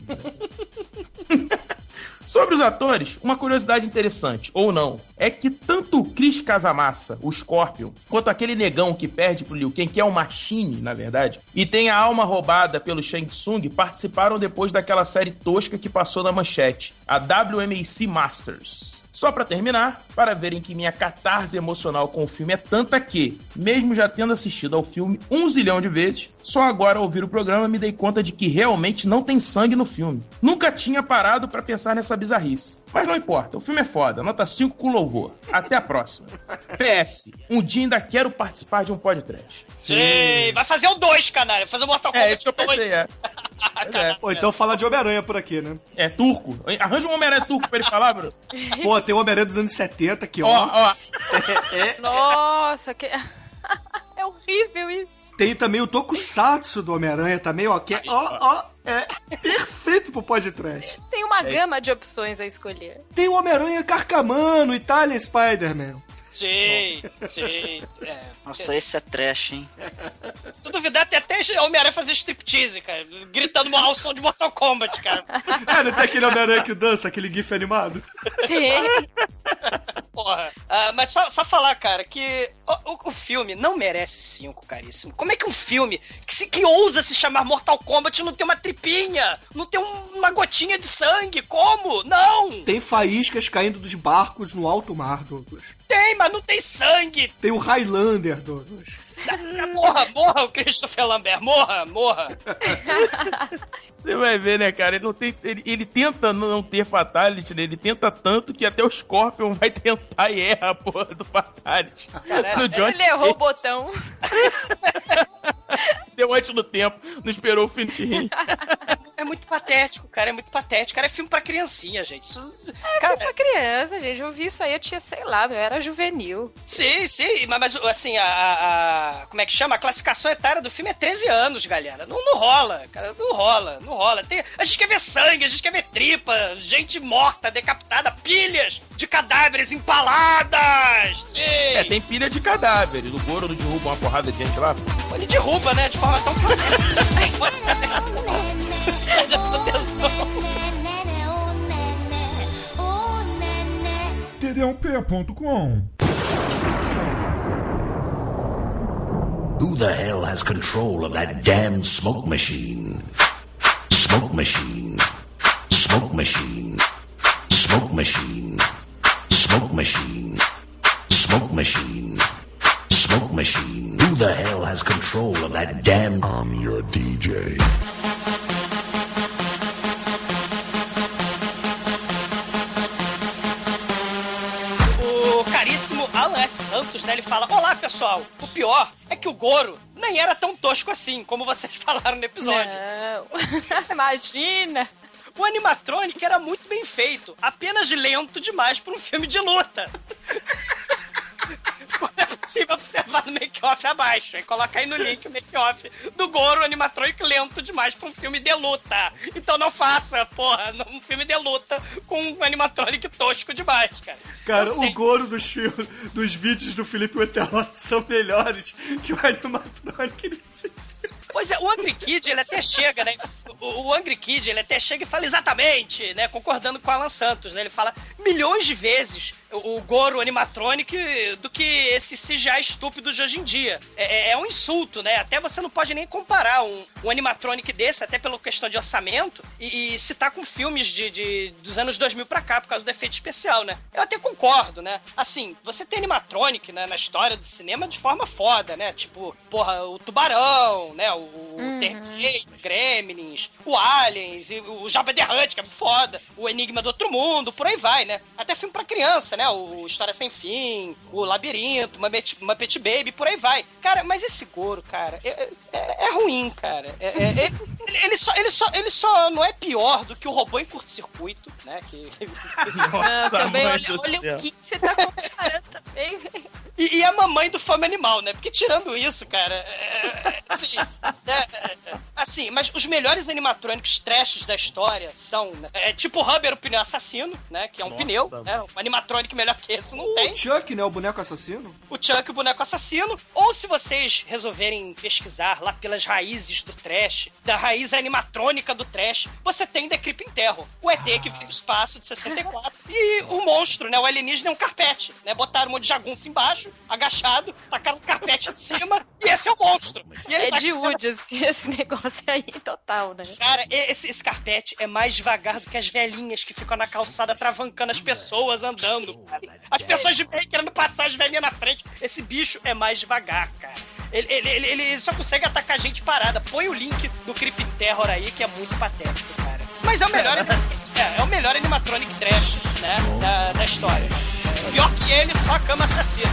Sobre os atores, uma curiosidade interessante, ou não, é que tanto o Chris Casamassa, o Scorpion, quanto aquele negão que perde pro Liu Kang, que é o Machine, na verdade, e tem a alma roubada pelo Shang Tsung, participaram depois daquela série tosca que passou na Manchete, a W M A C Masters. Só pra terminar, para verem que minha catarse emocional com o filme é tanta que, mesmo já tendo assistido ao filme um zilhão de vezes, só agora ao ouvir o programa me dei conta de que realmente não tem sangue no filme. Nunca tinha parado pra pensar nessa bizarrice. Mas não importa, o filme é foda, nota cinco com louvor. Até a próxima. P S, um dia ainda quero participar de um podcast.
Sim, vai fazer o dois, canalha, vai fazer o Mortal Kombat.
É, isso que eu pensei, é.
é. Ou então falar de Homem-Aranha por aqui, né?
É, turco. Arranja um Homem-Aranha turco pra ele falar, bro.
Pô, tem o Homem-Aranha dos anos setenta aqui, ó.
Ó, ó.
É, é.
Nossa, que... é horrível isso.
Tem também o Tokusatsu do Homem-Aranha também, ó, que é, ó, ó, é perfeito pro podcast.
Tem uma
É
gama de opções a escolher.
Tem o Homem-Aranha Carcamano, Itália Spider-Man.
Sim, sim. É.
Nossa, esse é trash, hein?
Se duvidar, tem até Homem-Aranha fazer striptease, cara. Gritando ao som de Mortal Kombat, cara.
É, não tem aquele Homem-Aranha que dança, aquele gif animado?
Tem.
Porra. Ah, mas só, só falar, cara, que o, o, o filme não merece cinco, caríssimo. Como é que um filme que, se, que ousa se chamar Mortal Kombat não tem uma tripinha? Não tem um, uma gotinha de sangue? Como? Não!
Tem faíscas caindo dos barcos no alto mar, Douglas.
Tem, mas não tem sangue!
Tem o Highlander, Douglas.
Morra, morra o Christopher Lambert, morra, morra.
Você vai ver, né, cara? Ele, não tem, ele, ele tenta não ter fatality, né? Ele tenta tanto que até o Scorpion vai tentar e erra a porra do fatality.
Caralho,
do
Ele errou o botão.
Deu antes do tempo, não esperou o fim de rim.
É muito patético, cara, é muito patético. Cara, é filme pra criancinha, gente. Isso,
É
cara,
pra criança, gente. Eu vi isso aí, eu tinha, sei lá, eu era juvenil.
Sim, sim, mas, mas assim, a, a, a- como é que chama? A classificação etária do filme é treze anos, galera. Não, não rola, cara, não rola, não rola. Tem, a gente quer ver sangue, a gente quer ver tripa, gente morta, decapitada, pilhas de cadáveres empaladas. Sim.
É, tem pilha de cadáveres. O Goro não derruba uma porrada de gente lá.
Ele derruba, né, de forma tão
T D um P ponto com.
Who the hell has control of that damn smoke machine? Smoke machine. Smoke machine. Smoke machine. Smoke machine. Smoke machine. Smoke machine. Who the hell has control of that damn...
I'm your D J.
O caríssimo Alan F. Santos, né, ele fala: olá, pessoal, o pior é que o Goro nem era tão tosco assim, como vocês falaram no episódio.
Não. Imagina.
O animatronic era muito bem feito, apenas lento demais para um filme de luta. Como é possível observar no make-off abaixo? E coloca aí no link o make-off do Goro, animatronic lento demais para um filme de luta. Então não faça, porra, um filme de luta com um animatronic tosco demais, cara.
Cara,
Eu sei.
o Goro dos, filmes, dos vídeos do Felipe Wetelotti são melhores que o animatronic desse filme.
Pois é, o Angry Kid, ele até chega, né? o, o Angry Kid, ele até chega e fala exatamente, né? Concordando com o Alan Santos, né? Ele fala milhões de vezes o, o Goro animatronic do que esse C G I estúpido de hoje em dia. É, é um insulto, né? Até você não pode nem comparar um, um animatronic desse, até pela questão de orçamento, e, e citar com filmes de, de, dos anos dois mil pra cá, por causa do efeito especial, né? Eu até concordo, né? Assim, você tem animatronic, né, na história do cinema de forma foda, né? Tipo, porra, o Tubarão, né? O,
Uhum.
o Terminator, Gremlins, o Aliens, e o Jabba the Hutt, que é foda, o Enigma do Outro Mundo, por aí vai, né? Até filme pra criança, né? O História Sem Fim, o Labirinto, Muppet, Muppet Baby, por aí vai. Cara, mas esse Goro, cara, é, é, é ruim, cara. É, é, é, ele, ele, só, ele, só, ele só não é pior do que o Robô em Curto-Circuito, né? Que...
Não, também, olha, olha o que você tá comparando também, velho.
E, e a mamãe do Fome Animal, né? Porque tirando isso, cara, é, assim, é, é, assim, mas os melhores animatrônicos trashes da história são, né, é, tipo o Rubber, o pneu assassino, né? Que é um
Nossa,
pneu, né? Um animatrônico melhor que esse não
o
tem.
O Chuck, né? O boneco assassino.
O Chuck, o boneco assassino. Ou se vocês resolverem pesquisar lá pelas raízes do trash, da raiz animatrônica do trash, você tem The Creeping Terror, o E T que veio do espaço de sessenta e quatro. E o monstro, né? O alienígena é um carpete, né? Botaram um monte de jagunço embaixo, agachado, tacaram o carpete de cima, e esse é o monstro. E ele
É
tá-
de Wood, assim, esse negócio aí, total, né?
Cara, esse, esse carpete é mais devagar do que as velhinhas que ficam na calçada travancando as pessoas andando, cara. As pessoas de bem querendo passar as velhinhas na frente. Esse bicho é mais devagar, cara. Ele, ele, ele, ele só consegue atacar gente parada. Põe o link do Creeping Terror aí, que é muito patético, cara. Mas é o melhor, é, é o melhor animatronic trash, né, da, da história. Pior que ele, só a Cama Assassina.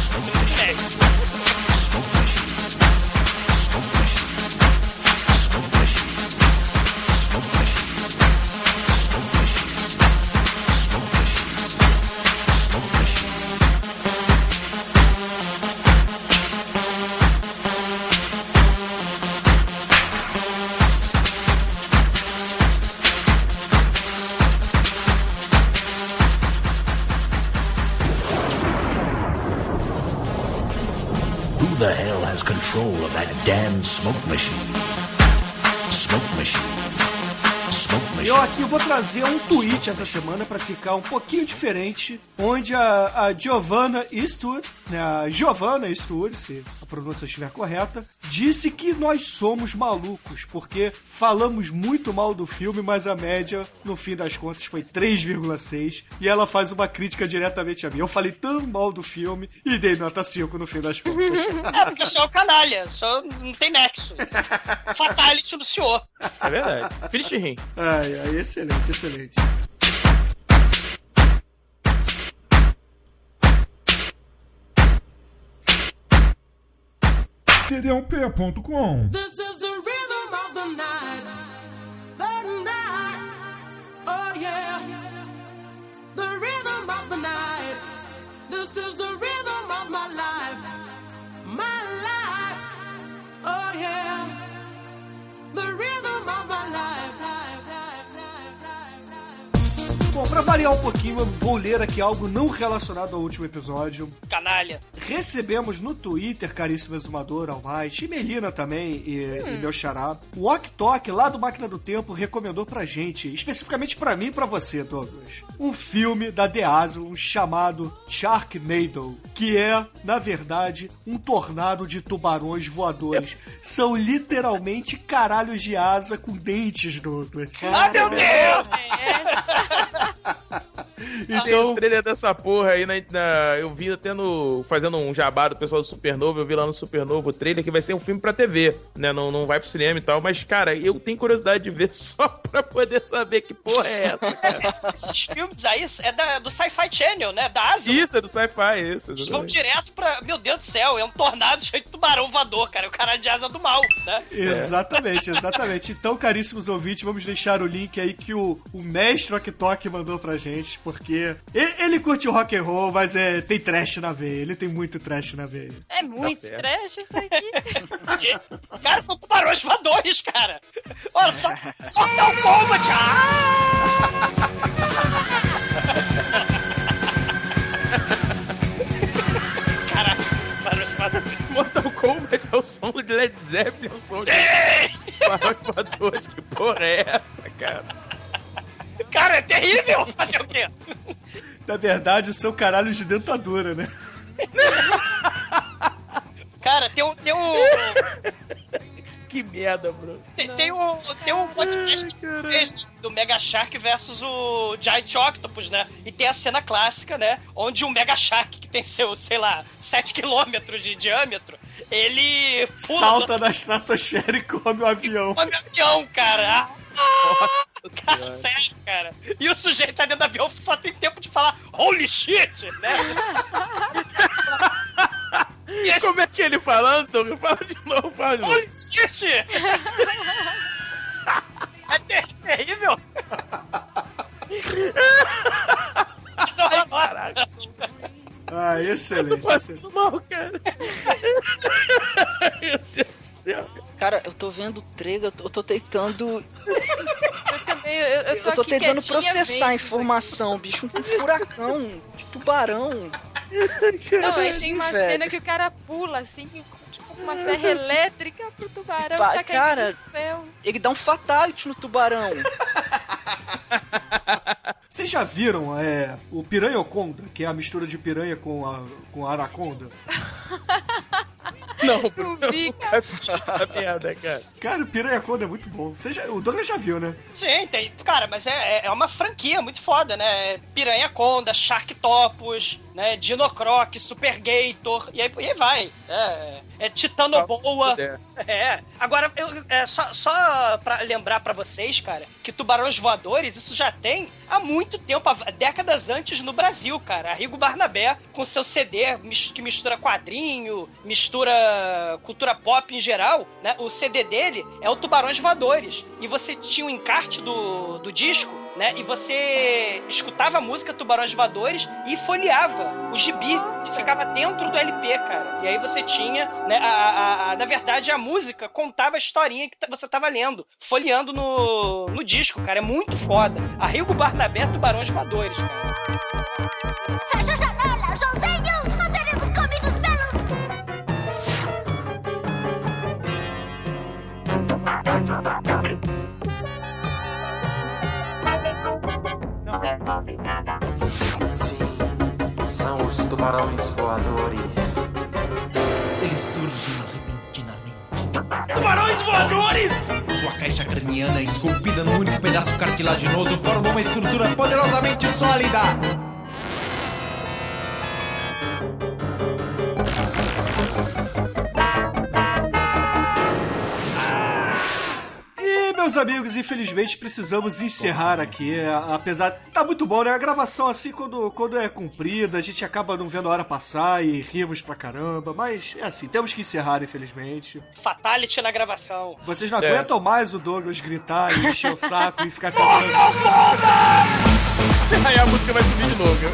Who the hell has control of that damn smoke machine? Smoke machine. Smoke machine.
Eu aqui vou trazer um tweet essa semana pra ficar um pouquinho diferente, onde a, a Giovanna Eastwood, né, a Giovanna Eastwood, se a pronúncia estiver correta, disse que nós somos malucos, porque falamos muito mal do filme, mas a média, no fim das contas, foi três vírgula seis, e ela faz uma crítica diretamente a mim. Eu falei tão mal do filme e dei nota cinco no fim das contas.
É, porque só é o canalha, só não tem nexo. Fatality no senhor.
É verdade. Finish rim.
Ai, ai, excelente, excelente.
T D um P ponto com.
This is the rhythm of the night. The night. Oh yeah. The rhythm of the night. This is the rhythm of my life. My life. Oh yeah. The rhythm of my life. Life, life, life, life, life.
Bom, pra variar um pouquinho, eu vou ler aqui algo não relacionado ao último episódio.
Canalha.
Recebemos no Twitter, caríssimo exumador, Almighty, e Melina também, e,
Hum.
e meu xará. O Ok Tok, lá do Máquina do Tempo, recomendou pra gente, especificamente pra mim e pra você, Douglas, um filme da The Asylum chamado Sharknado, que é, na verdade, um tornado de tubarões voadores. São literalmente caralhos de asa com dentes, Douglas.
Ah, meu Deus!
Tem o trailer dessa porra aí, na, na- eu vi até no, fazendo um jabá do pessoal do Supernova, eu vi lá no Supernova o trailer que vai ser um filme pra T V, né, não, não vai pro cinema e tal, mas, cara, eu tenho curiosidade de ver só pra poder saber que porra é essa, cara.
Esses filmes aí é da, do Sci-Fi Channel, né? Da Asylum.
Isso, é do Sci-Fi, isso.
Eles vão
exatamente.
direto pra... Meu Deus do céu, é um tornado cheio de tubarão voador, cara. É o cara de asa do mal, né?
Exatamente, exatamente. Então, caríssimos ouvintes, vamos deixar o link aí que o, o mestre Ok Tok mandou pra gente, porque ele, ele curte o rock and roll, mas é, tem trash na veia. Ele tem muito trash na veia.
É muito
certo.
trash isso aqui.
Cara, são tubarões voadores, cara. Olha só, só dá um combat. Caraca, tubarões voadores.
Mortal Kombat é o som de Led Zeppelin, é o som de tubarões voadores, que porra. porra é essa, cara?
Cara, é terrível! Fazer o quê?
Na verdade, são caralhos de dentadura, né?
Cara, tem um... Tem um...
Que merda, bro.
Tem, tem um, tem um podcast do Mega Shark versus o Giant Octopus, né? E tem a cena clássica, né? Onde o Mega Shark, que tem seu, sei lá, sete quilômetros de diâmetro, ele pula
salta
do...
da estratosfera e come o avião.
Come o avião, cara.
Nossa
cara,
senhora.
sério, cara. E o sujeito tá dentro do avião, só tem tempo de falar holy shit, né?
E esse... Como é que ele falando, Douglas? Fala de novo, fala de novo.
Holy shit! É ter- terrível! Isso é horroroso.
Ah, excelente.
Passando mal, cara. Meu Deus do céu.
Cara, eu tô vendo o trailer, eu tô, eu tô tentando.
Eu também, eu, eu tô,
Eu tô
aqui
tentando
quietinha
processar a
vendo
informação, bicho. Um furacão de tubarão.
isso aqui. Não, aí tem uma
velho.
cena que o cara pula, assim, tipo uma serra elétrica pro tubarão
Pa-
que tá caindo
cara,
do céu.
Ele dá um fatality no tubarão.
Vocês já viram é, o Piranha-Conda, que é a mistura de piranha com a, com a anaconda?
Não,
Não vi,
nunca vi essa merda, cara.
Cara, o Piranha-Conda é muito bom. Você já, o Douglas já viu, né?
Sim, tem. Cara, mas é, é uma franquia muito foda, né? Piranha Conda, Sharktopus, né? Dinocroc, Super Gator, e aí, e aí vai. É, é Titanoboa. É. Agora, eu, é, só, só pra lembrar pra vocês, cara, que tubarões voadores, isso já tem há muito tempo, há décadas antes no Brasil, cara. Arrigo Barnabé, com seu C D mis- que mistura quadrinho, mistura cultura pop em geral, né? O C D dele é o Tubarões Voadores. E você tinha o encarte do, do disco, né? E você escutava a música Tubarões Voadores e folheava o gibi. E ficava dentro do L P, cara. E aí você tinha, né? A, a, a- na verdade, a música contava a historinha que você tava lendo, folheando no, no disco, cara. É muito foda. Arrigo Barnabé, Tubarões Voadores, cara.
Fecha a janela, Joãozinho! Nós seremos comidos pelos...
Não resolve nada. Sim, são os tubarões voadores.
Eles surgem repentinamente. Tubarões voadores! Sua caixa craniana, esculpida num único pedaço cartilaginoso, forma uma estrutura poderosamente sólida.
E, meus amigos, infelizmente precisamos encerrar aqui. a- Apesar. Tá muito bom, né? A gravação, assim, quando, quando é comprida, a gente acaba não vendo a hora passar e rimos pra caramba. Mas é assim, temos que encerrar, infelizmente.
Fatality na gravação.
Vocês não
É.
aguentam mais o Douglas gritar e encher o saco e ficar cantando.
Aí a música vai subir de novo.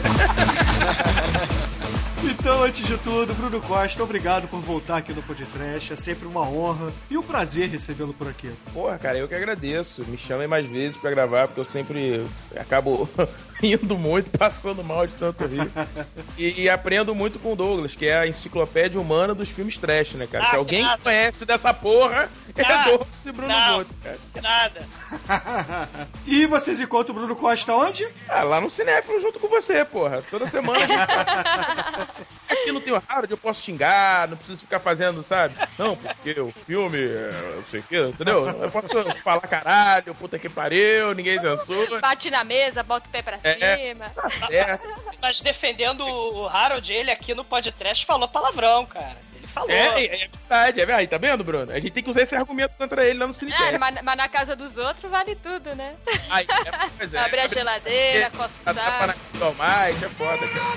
Então, antes de tudo, Bruno Costa, obrigado por voltar aqui no Podcast. É sempre uma honra e um prazer recebê-lo por aqui.
Porra, cara, eu que agradeço. Me chamem mais vezes pra gravar, porque eu sempre acabo rindo muito, passando mal de tanto rir. E, e aprendo muito com o Douglas, que é a enciclopédia humana dos filmes trash, né, cara?
Ah,
Se
que
alguém
nada.
conhece dessa porra, é
Ah,
Douglas e Bruno
não.
Boto, cara.
Nada.
E vocês encontram o Bruno Costa onde?
Ah, lá no Cinéfilo junto com você, porra. Toda semana a gente tá... Aqui não tem o raro, eu posso xingar, não preciso ficar fazendo, sabe? Não, porque o filme, é, não sei o que, entendeu? Eu posso falar caralho, puta que pariu, ninguém censura.
Bate na mesa, bota o pé pra
É.
cima.
Tá certo.
Mas defendendo o Harold, ele aqui no podcast falou palavrão, cara. Ele falou.
É, é, é verdade, é verdade. Tá vendo, Bruno? A gente tem que usar esse argumento contra ele lá no
Ah,
cemitério.
mas, mas na casa dos outros vale tudo, né?
Ai, é, pois é.
Abre a geladeira,
É,
coça o
tá- tá
saco.
na tomate, é foda, cara.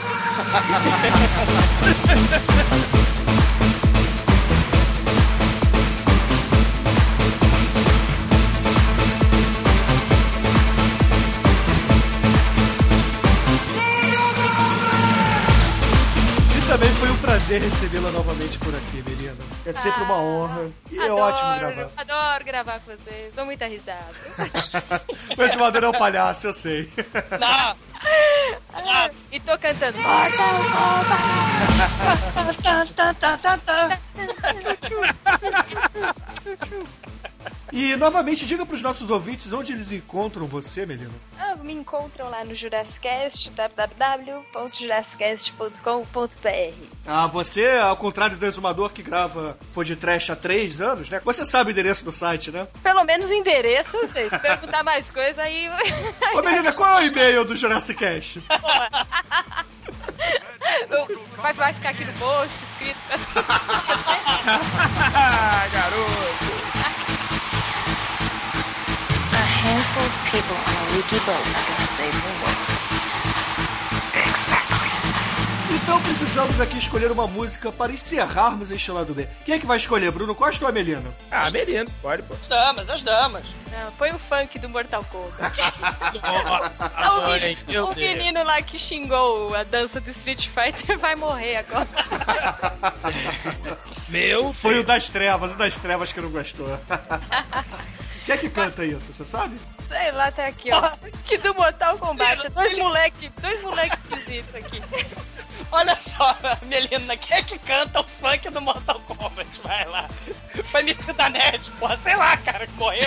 E também foi um prazer recebê-la novamente por aqui, menina. É sempre uma honra e é
Adoro,
ótimo gravar.
Adoro gravar com vocês, dou muita risada.
O exumador é um palhaço, eu sei.
Não.
Ah, e tô cantando Mortal Kombat.
E, novamente, diga pros nossos ouvintes onde eles encontram você, Melina.
Ah, me encontram lá no Jurassicast, w w w ponto jurassicast ponto com ponto b r.
Ah, você, ao contrário do exumador que grava podcast há três anos, né? Você sabe o endereço do site, né?
Pelo menos o endereço eu sei. Se perguntar mais coisa, aí...
Ô, Melina, qual é o e-mail do Jurassicast?
vai, vai ficar aqui no post, escrito.
Garoto!
A handful of people on a leaky boat are gonna save the world.
Então precisamos aqui escolher uma música para encerrarmos este lado B. Quem é que vai escolher, Bruno Costa ou a Melina?
Ah, a Melina, pode, pô.
As damas, as damas.
Não, põe o funk do Mortal Kombat.
Nossa,
o,
mãe,
menino,
meu
o
Deus.
menino lá que xingou a dança do Street Fighter vai morrer agora.
Meu
Foi o das trevas, o das trevas que não gostou. Quem é que canta isso, você sabe?
Sei lá, tá aqui, ó. Que do Mortal Kombat. Dois moleque, dois moleques esquisitos aqui.
Olha só, Melina, quem é que canta o funk do Mortal Kombat? Vai lá. Foi M C da Net, porra. Sei lá, cara, que morreu.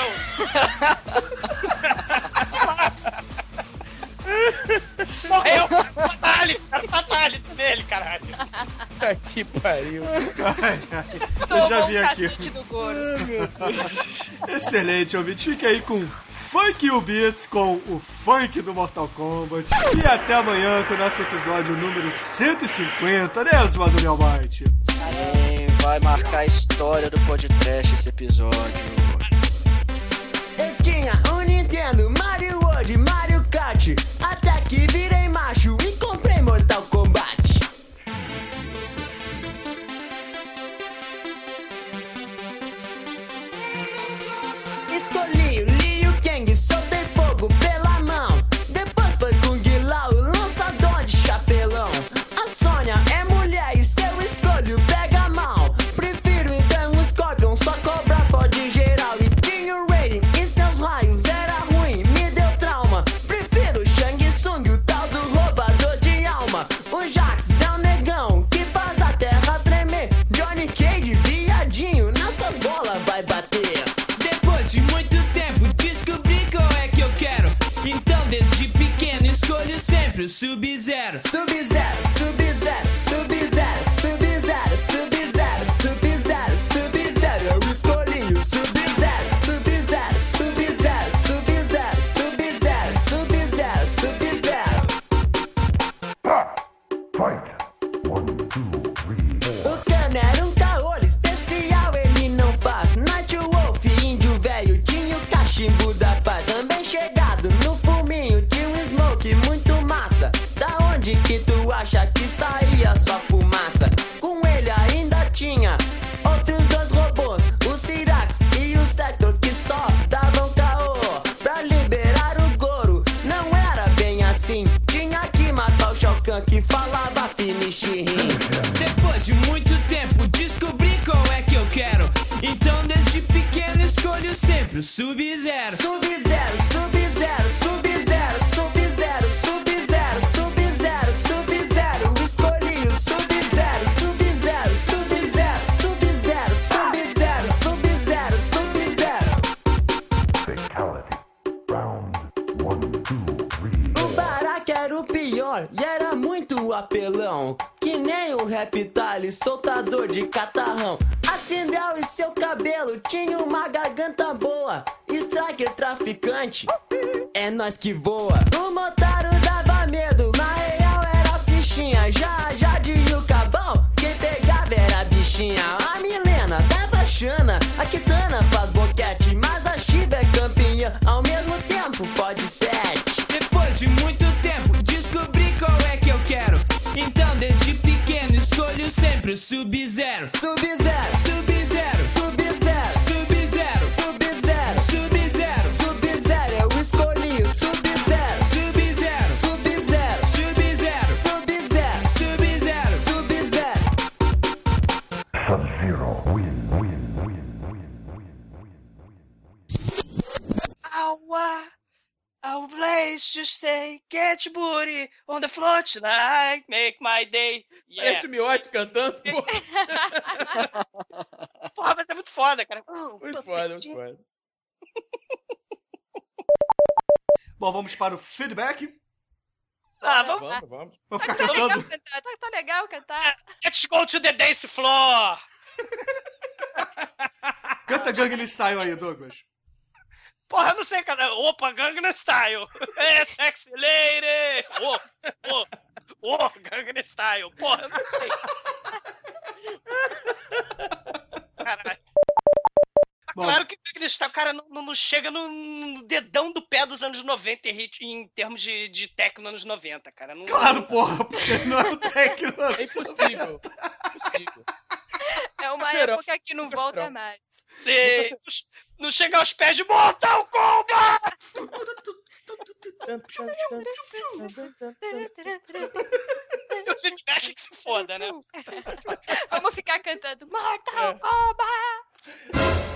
Morreu. Fatality, era Fatality nele, caralho.
Puta que pariu.
Eu já vi
um
aqui.
cacete do Goro.
Excelente, ouvinte. Fique aí com Funk You Beats, com o funk do Mortal Kombat. E até amanhã com o nosso episódio número cento e cinquenta, né, Zoador e Almighty?
Sim, vai marcar a história do podcast esse episódio.
Eu tinha um Nintendo, Mario World, Mario Kart, até que virei macho e comprei Mortal Kombat. Escolhi o Liu Kang, soltei fogo pela mão. Depois foi Kung Lao, lançador de chapelão. A Sônia é mulher e seu escolho pega mal. Prefiro então o Scorpion, só cobra pode geral. E tinha o Raiden e seus raios era ruim, me deu trauma. Prefiro o Shang Tsung, o tal do roubador de alma. O Jax é um negão que faz a terra tremer. Johnny Cage, viadinho, nessas bolas vai bater.
Depois de muito tempo descobri qual é que eu quero. Então desde pequeno escolho sempre o Sub-Zero.
Sub-Zero, Sub-Zero, Sub-Zero, Sub-Zero, Sub-Zero, Sub-Zero, Sub-Zero. Eu escolhi o Sub-Zero, Sub-Zero, Sub-Zero, Sub-Zero, Sub-Zero, Sub-Zero, Sub-Zero. O Khan era um caolho especial, ele não faz. Night Wolf, índio velho, tinha o cachimbo da paz. Também chegado no fuminho, tinha um smoke muito massa. Da onde que tu acha que saía sua fumaça? Com ele ainda tinha outros dois robôs, o Cyrax e o Sector, que só davam caô. Pra liberar o Goro, não era bem assim. Tinha que matar o Shao Kahn, que falava finish him.
Depois de muito tempo descobri qual é que eu quero. Então desde pequeno escolho sempre o Sub-Zero.
Sub-Zero, Sub-Zero, Sub-Zero, Sub-Zero, Sub-Zero, Sub-Zero, Sub-Zero. Escolhi o Sub-Zero, Sub-Zero, Sub-Zero, Sub-Zero, Sub-Zero, Sub-Zero, Sub-Zero. O Baraka era o pior e era muito apelão. Que nem o Reptile, soltador de catarrão. A Sindel e seu cabelo tinha uma garganta boa. Striker traficante, é nós que voa. O Motaro dava medo, na real era fichinha. Já, já de Yucabão, quem pegava era a bichinha. A Milena dava chana, a Kitana faz boquete. Mas a Shiva é campeã, ao mesmo tempo pode sete.
Depois de muito tempo descobri qual é que eu quero. Então desde pequeno escolho sempre o Sub-Zero.
Sub-Zero,
Sub-Zero,
Sub-Zero,
Sub-Zero,
Sub-Zero,
Sub-Zero,
Sub-Zero. Eu escolhi o Sub-Zero,
Sub-Zero,
Sub-Zero,
Sub-Zero,
Sub-Zero,
Sub-Zero,
Sub-Zero.
Sub-Zero. Win, win, win, win, win, win.
Aua! I'll place to stay, get booty on the floor tonight, make my day. Yeah.
Parece o Miotti cantando, pô.
Porra, vai ser muito foda, cara. Oh,
Muito foda, muito foda.
Bom, vamos para o feedback.
Ah, vamos.
Vamos, vamos.
Vamos
Tá,
ficar
tá legal
cantando.
cantar, tá, tá legal cantar.
Let's go to the dance floor.
Canta Gangnam Style aí, Douglas.
Porra, eu não sei, cara. Opa, Gangnam Style. É, sexy lady. Ô, ô, ô, Gangnam Style. Porra, eu não sei. Caralho.
Bom.
Claro que o Gangnam Style, cara, não, não- não chega no, no dedão do pé dos anos noventa em, rit- em termos de, de techno nos anos noventa, cara. Não,
Claro, porra, porque não é o técnico.
É impossível. Impossível.
É uma
Será?
época que não
Nunca
volta
será.
mais.
Sim, não chega aos pés de Mortal Kombat! E o feedback que se foda, né?
Vamos ficar cantando Mortal Kombat!